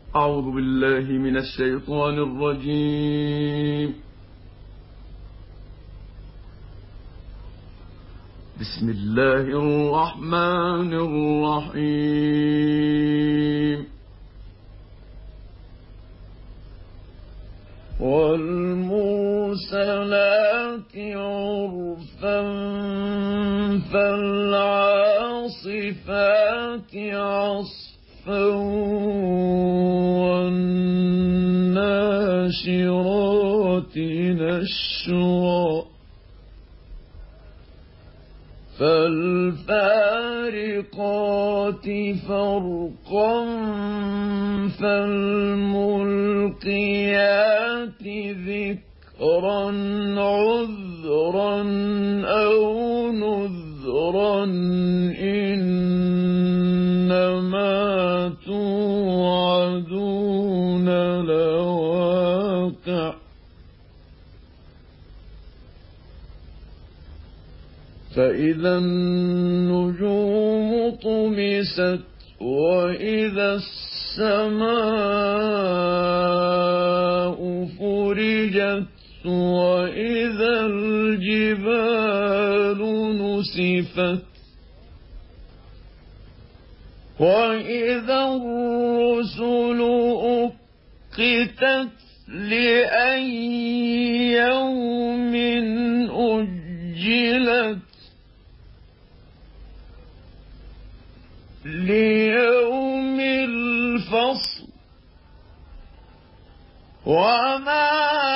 أعوذ بالله من الشيطان الرجيم. بسم الله الرحمن الرحيم. والمرسلات عرفا فالعاصفات عصفا والناشرات نشرا فالفارقات فرقا فالملقيات ذكرا عذرا أو نذرا إنما توعدون لواقع فإذا النجوم طمست وإذا السماء فرجت وإذا الجبال نسفت وإذا الرسل أقتت لأي يوم أجلت ليوم الفصل وما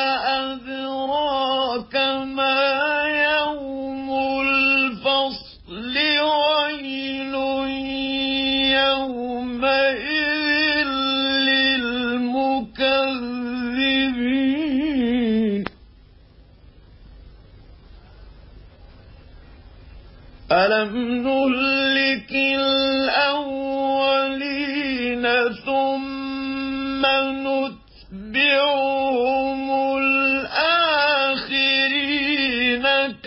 أدراك ما يوم الفصل ويل يومئذ للمكذبين ألم نهلك الأولين ثم نتبعهم الآخرين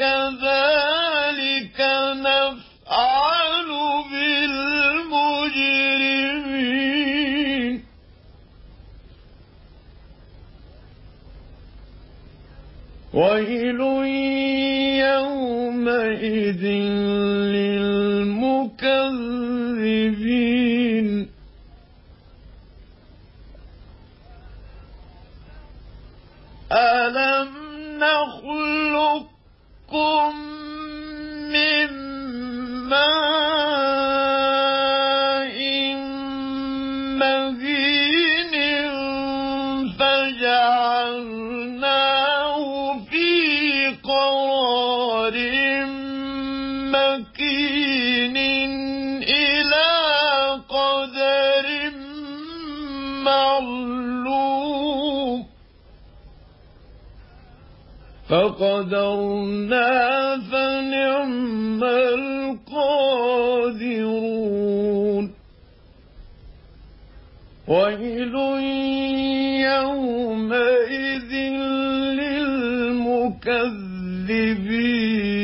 كذلك نفعل بالمجرمين ويل يومئذ للمكذبين ألم نخلقكم من ماء مهين فجعلناه في قرار مكين إلى قدر معلوم فقدرنا فنعم القادرون ويل يومئذ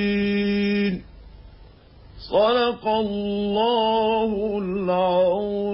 للمكذبين صدق الله العظيم.